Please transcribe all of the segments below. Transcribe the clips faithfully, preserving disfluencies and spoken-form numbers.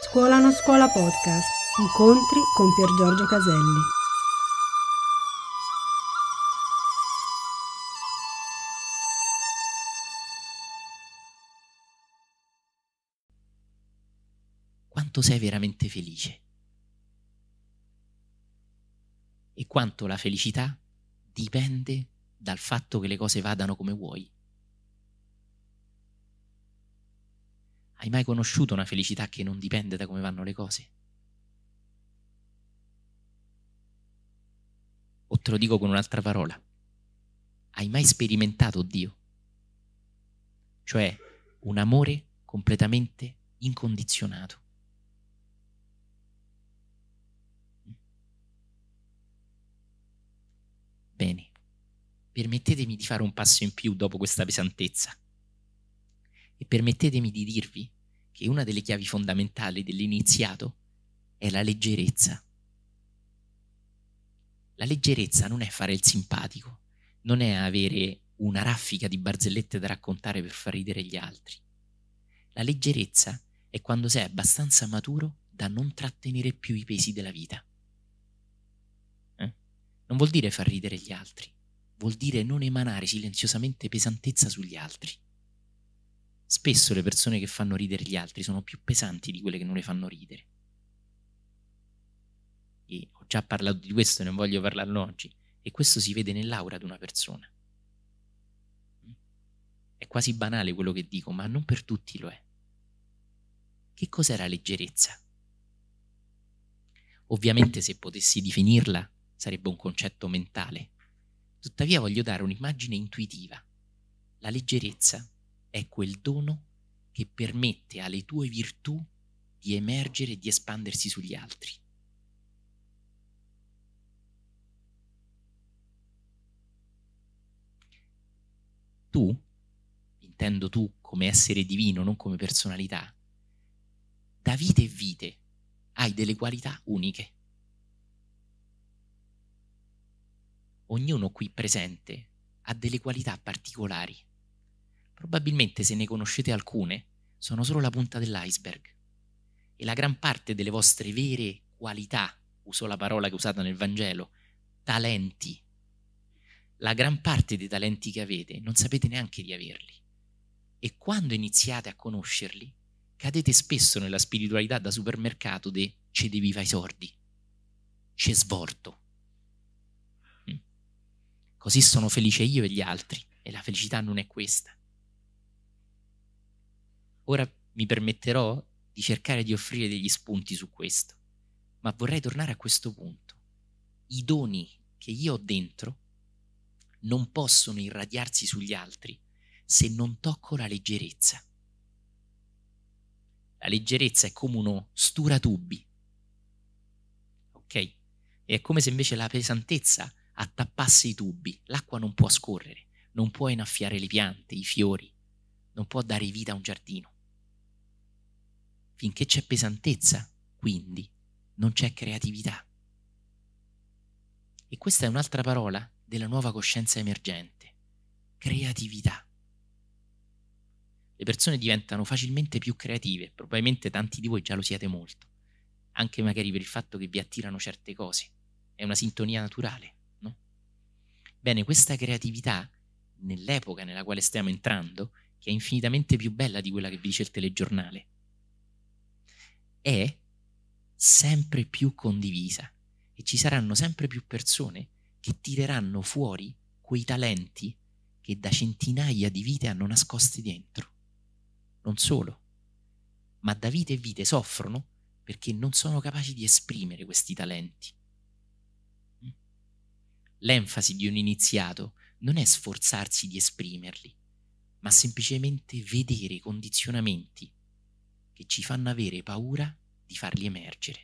Scuola non scuola podcast. Incontri con Pier Giorgio Caselli. Quanto sei veramente felice? E quanto la felicità dipende dal fatto che le cose vadano come vuoi? Hai mai conosciuto una felicità che non dipende da come vanno le cose? O te lo dico con un'altra parola, hai mai sperimentato Dio? Cioè un amore completamente incondizionato. Bene, permettetemi di fare un passo in più dopo questa pesantezza e permettetemi di dirvi che una delle chiavi fondamentali dell'iniziato è la leggerezza. La leggerezza non è fare il simpatico, non è avere una raffica di barzellette da raccontare per far ridere gli altri. La leggerezza è quando sei abbastanza maturo da non trattenere più i pesi della vita. Eh? Non vuol dire far ridere gli altri, vuol dire non emanare silenziosamente pesantezza sugli altri. Spesso le persone che fanno ridere gli altri sono più pesanti di quelle che non le fanno ridere. E ho già parlato di questo e non voglio parlarlo oggi, e questo si vede nell'aura di una persona. È quasi banale quello che dico, ma non per tutti lo è. Che cos'è la leggerezza? Ovviamente se potessi definirla sarebbe un concetto mentale. Tuttavia voglio dare un'immagine intuitiva. La leggerezza è quel dono che permette alle tue virtù di emergere e di espandersi sugli altri. Tu, intendo tu come essere divino, non come personalità, da vite e vite hai delle qualità uniche. Ognuno qui presente ha delle qualità particolari. Probabilmente se ne conoscete alcune, sono solo la punta dell'iceberg. E la gran parte delle vostre vere qualità, uso la parola che è usata nel Vangelo, talenti, la gran parte dei talenti che avete non sapete neanche di averli. E quando iniziate a conoscerli, cadete spesso nella spiritualità da supermercato de cedevi fai sordi, c'è svorto. Mm. Così sono felice io e gli altri, e la felicità non è questa. Ora mi permetterò di cercare di offrire degli spunti su questo, ma vorrei tornare a questo punto. I doni che io ho dentro non possono irradiarsi sugli altri se non tocco la leggerezza. La leggerezza è come uno sturatubi, ok? E è come se invece la pesantezza attappasse i tubi. L'acqua non può scorrere, non può innaffiare le piante, i fiori, non può dare vita a un giardino. Finché c'è pesantezza, quindi, non c'è creatività. E questa è un'altra parola della nuova coscienza emergente: creatività. Le persone diventano facilmente più creative, probabilmente tanti di voi già lo siete molto, anche magari per il fatto che vi attirano certe cose. È una sintonia naturale, no? Bene, questa creatività, nell'epoca nella quale stiamo entrando, che è infinitamente più bella di quella che vi dice il telegiornale, è sempre più condivisa e ci saranno sempre più persone che tireranno fuori quei talenti che da centinaia di vite hanno nascosti dentro. Non solo, ma da vite e vite soffrono perché non sono capaci di esprimere questi talenti. L'enfasi di un iniziato non è sforzarsi di esprimerli, ma semplicemente vedere i condizionamenti che ci fanno avere paura di farli emergere.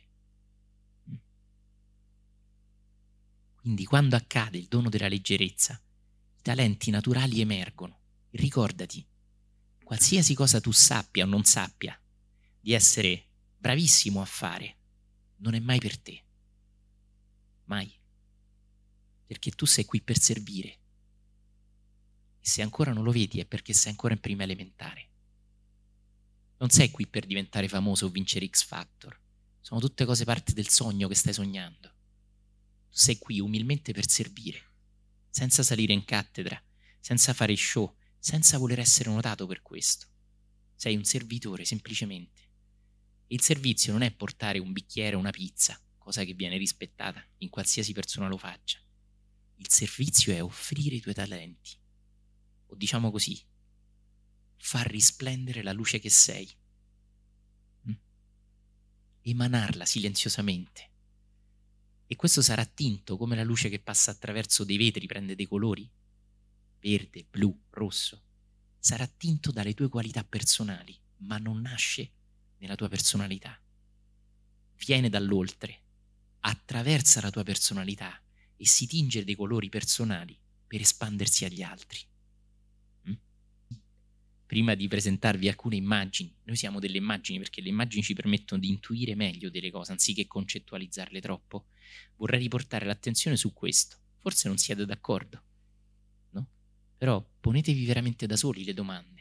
Quindi quando accade il dono della leggerezza, i talenti naturali emergono. E ricordati, qualsiasi cosa tu sappia o non sappia di essere bravissimo a fare, non è mai per te. Mai. Perché tu sei qui per servire. E se ancora non lo vedi è perché sei ancora in prima elementare. Non sei qui per diventare famoso o vincere X Factor. Sono tutte cose parte del sogno che stai sognando. Tu sei qui umilmente per servire, senza salire in cattedra, senza fare show, senza voler essere notato per questo. Sei un servitore, semplicemente. E il servizio non è portare un bicchiere o una pizza, cosa che viene rispettata in qualsiasi persona lo faccia. Il servizio è offrire i tuoi talenti. O diciamo così, far risplendere la luce che sei. Mm? Emanarla silenziosamente. E questo sarà tinto come la luce che passa attraverso dei vetri, prende dei colori, verde, blu, rosso. Sarà tinto dalle tue qualità personali, ma non nasce nella tua personalità. Viene dall'oltre, attraversa la tua personalità e si tinge dei colori personali per espandersi agli altri. Mm? Prima di presentarvi alcune immagini, noi siamo delle immagini perché le immagini ci permettono di intuire meglio delle cose anziché concettualizzarle troppo. Vorrei riportare l'attenzione su questo. Forse non siete d'accordo, no? Però ponetevi veramente da soli le domande.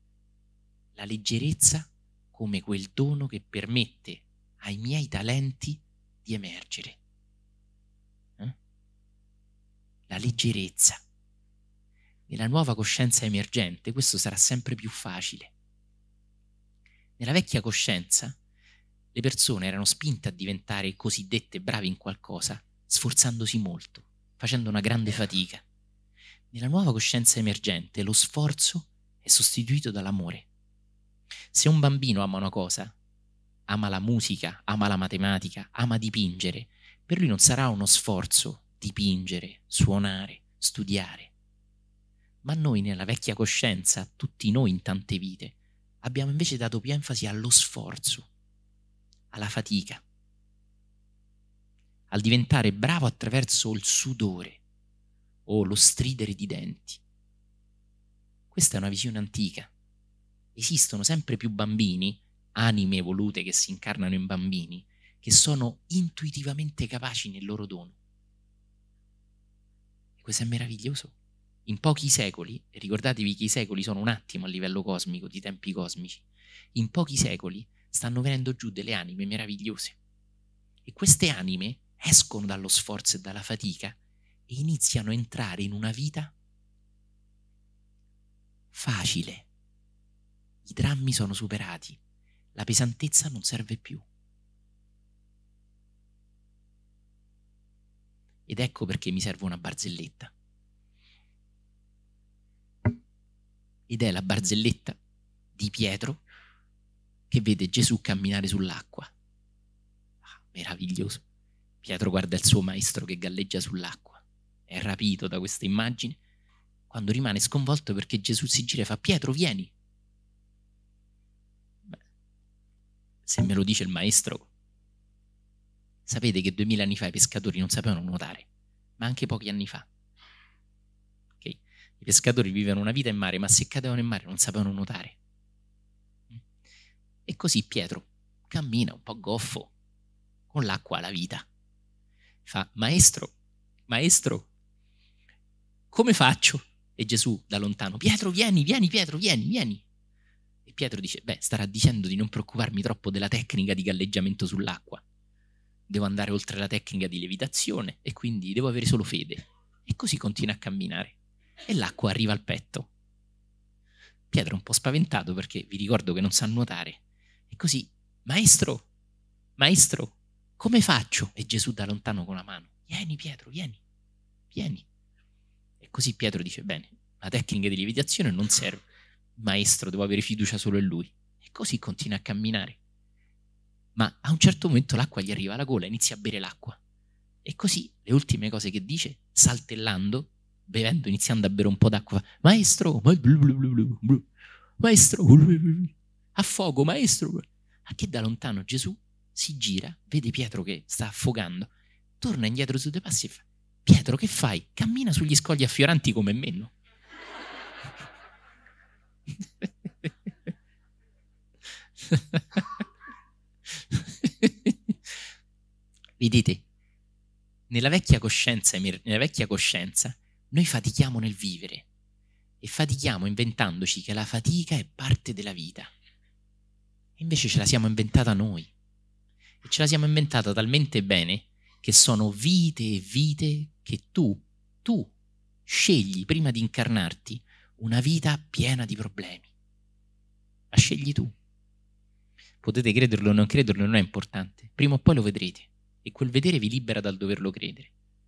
La leggerezza come quel dono che permette ai miei talenti di emergere. Eh? La leggerezza. Nella nuova coscienza emergente questo sarà sempre più facile. Nella vecchia coscienza le persone erano spinte a diventare cosiddette brave in qualcosa, sforzandosi molto, facendo una grande fatica. Nella nuova coscienza emergente lo sforzo è sostituito dall'amore. Se un bambino ama una cosa, ama la musica, ama la matematica, ama dipingere, per lui non sarà uno sforzo dipingere, suonare, studiare. Ma noi nella vecchia coscienza, tutti noi in tante vite, abbiamo invece dato più enfasi allo sforzo, alla fatica, al diventare bravo attraverso il sudore o lo stridere di denti. Questa è una visione antica. Esistono sempre più bambini, anime evolute che si incarnano in bambini, che sono intuitivamente capaci nel loro dono. E questo è meraviglioso. In pochi secoli, e ricordatevi che i secoli sono un attimo a livello cosmico, di tempi cosmici, in pochi secoli stanno venendo giù delle anime meravigliose. E queste anime escono dallo sforzo e dalla fatica e iniziano a entrare in una vita facile. I drammi sono superati, la pesantezza non serve più. Ed ecco perché mi serve una barzelletta. Ed è la barzelletta di Pietro che vede Gesù camminare sull'acqua. Ah, meraviglioso. Pietro guarda il suo maestro che galleggia sull'acqua. È rapito da questa immagine, quando rimane sconvolto perché Gesù si gira e fa: Pietro, vieni. Beh, se me lo dice il maestro, sapete che duemila anni fa i pescatori non sapevano nuotare, ma anche pochi anni fa. Okay? I pescatori vivevano una vita in mare, ma se cadevano in mare non sapevano nuotare. E così Pietro cammina un po' goffo, con l'acqua alla vita. Fa: maestro, maestro, come faccio? E Gesù da lontano: Pietro, vieni, vieni, Pietro, vieni, vieni. E Pietro dice: beh, starà dicendo di non preoccuparmi troppo della tecnica di galleggiamento sull'acqua. Devo andare oltre la tecnica di levitazione e quindi devo avere solo fede. E così continua a camminare. E l'acqua arriva al petto. Pietro è un po' spaventato perché vi ricordo che non sa nuotare. E così: maestro, maestro, come faccio? E Gesù da lontano con la mano: vieni Pietro, vieni, vieni. E così Pietro dice: bene, la tecnica di levitazione non serve, maestro, devo avere fiducia solo in lui. E così continua a camminare. Ma a un certo momento l'acqua gli arriva alla gola e inizia a bere l'acqua. E così le ultime cose che dice, saltellando, bevendo, iniziando a bere un po' d'acqua: maestro, ma blu blu blu blu blu, maestro, affogo, maestro. A che da lontano Gesù si gira, vede Pietro che sta affogando, torna indietro su due passi e fa: Pietro, che fai? Cammina sugli scogli affioranti come me, no? Vedete, nella vecchia coscienza, nella vecchia coscienza, noi fatichiamo nel vivere e fatichiamo inventandoci che la fatica è parte della vita. E invece ce la siamo inventata noi. E ce la siamo inventata talmente bene che sono vite e vite che tu, tu scegli prima di incarnarti una vita piena di problemi. La scegli tu. Potete crederlo o non crederlo, non è importante. Prima o poi lo vedrete. E quel vedere vi libera dal doverlo credere.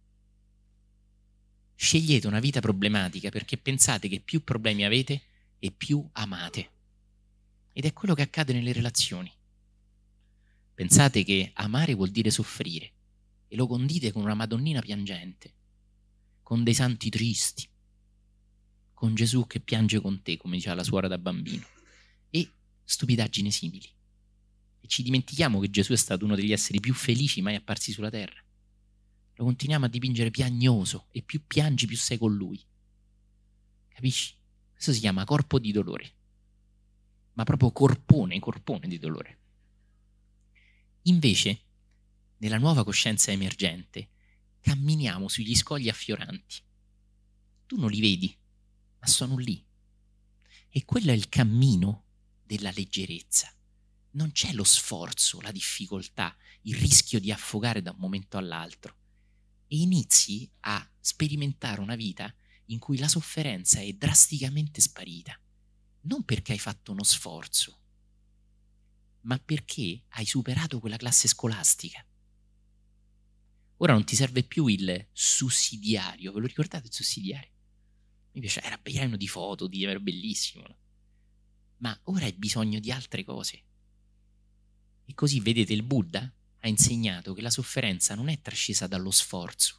Scegliete una vita problematica perché pensate che più problemi avete e più amate. Ed è quello che accade nelle relazioni. Pensate che amare vuol dire soffrire e lo condite con una Madonnina piangente, con dei santi tristi, con Gesù che piange con te, come diceva la suora da bambino, e stupidaggini simili. E ci dimentichiamo che Gesù è stato uno degli esseri più felici mai apparsi sulla terra. Lo continuiamo a dipingere piagnoso e più piangi più sei con lui. Capisci? Questo si chiama corpo di dolore, ma proprio corpone, corpone di dolore. Invece, nella nuova coscienza emergente, camminiamo sugli scogli affioranti. Tu non li vedi, ma sono lì. E quello è il cammino della leggerezza. Non c'è lo sforzo, la difficoltà, il rischio di affogare da un momento all'altro. E inizi a sperimentare una vita in cui la sofferenza è drasticamente sparita. Non perché hai fatto uno sforzo, ma perché hai superato quella classe scolastica. Ora non ti serve più il sussidiario, ve lo ricordate il sussidiario? Mi piace, era pieno di foto, di, era bellissimo, no? Ma ora hai bisogno di altre cose. E così, vedete, il Buddha ha insegnato che la sofferenza non è trascesa dallo sforzo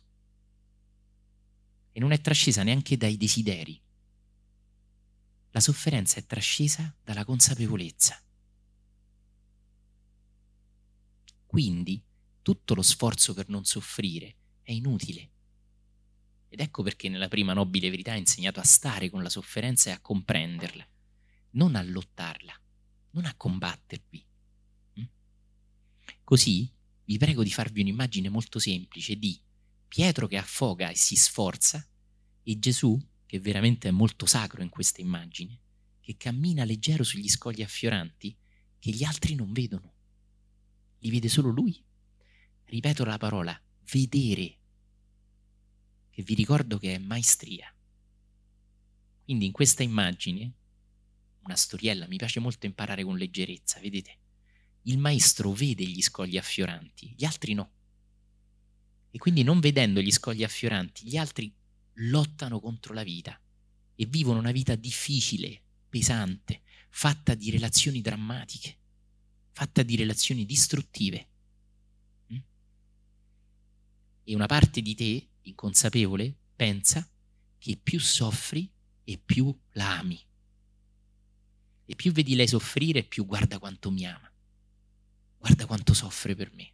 e non è trascesa neanche dai desideri. La sofferenza è trascesa dalla consapevolezza. Quindi tutto lo sforzo per non soffrire è inutile. Ed ecco perché nella prima nobile verità ha insegnato a stare con la sofferenza e a comprenderla, non a lottarla, non a combattervi. Così vi prego di farvi un'immagine molto semplice di Pietro che affoga e si sforza e Gesù, che veramente è molto sacro in questa immagine, che cammina leggero sugli scogli affioranti che gli altri non vedono. Li vede solo lui. Ripeto la parola vedere, che vi ricordo che è maestria. Quindi in questa immagine, una storiella, mi piace molto imparare con leggerezza, vedete? Il maestro vede gli scogli affioranti, gli altri no. E quindi non vedendo gli scogli affioranti, gli altri lottano contro la vita e vivono una vita difficile, pesante, fatta di relazioni drammatiche, fatta di relazioni distruttive. Mm? E una parte di te, inconsapevole, pensa che più soffri e più la ami. E più vedi lei soffrire, più guarda quanto mi ama. Guarda quanto soffre per me.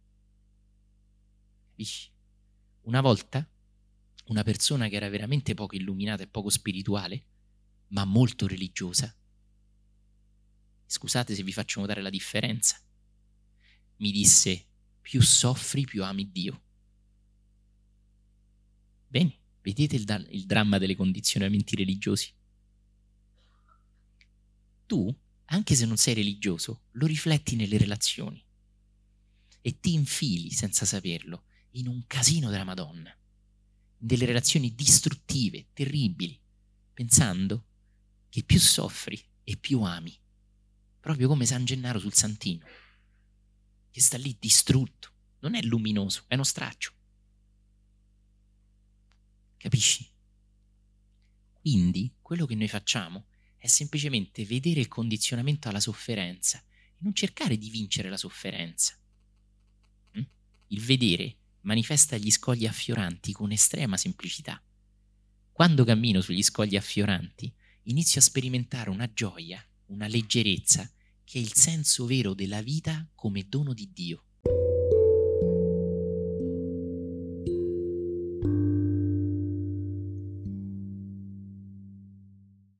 Capisci? Una volta una persona che era veramente poco illuminata e poco spirituale, ma molto religiosa, scusate se vi faccio notare la differenza, mi disse: più soffri più ami Dio. Bene, vedete il, da- il dramma dei condizionamenti religiosi? Tu, anche se non sei religioso, lo rifletti nelle relazioni e ti infili senza saperlo in un casino della Madonna, delle relazioni distruttive, terribili, pensando che più soffri e più ami, proprio come San Gennaro sul Santino, che sta lì distrutto, non è luminoso, è uno straccio. Capisci? Quindi quello che noi facciamo è semplicemente vedere il condizionamento alla sofferenza e non cercare di vincere la sofferenza. Il vedere manifesta gli scogli affioranti con estrema semplicità. Quando cammino sugli scogli affioranti, inizio a sperimentare una gioia, una leggerezza, che è il senso vero della vita come dono di Dio.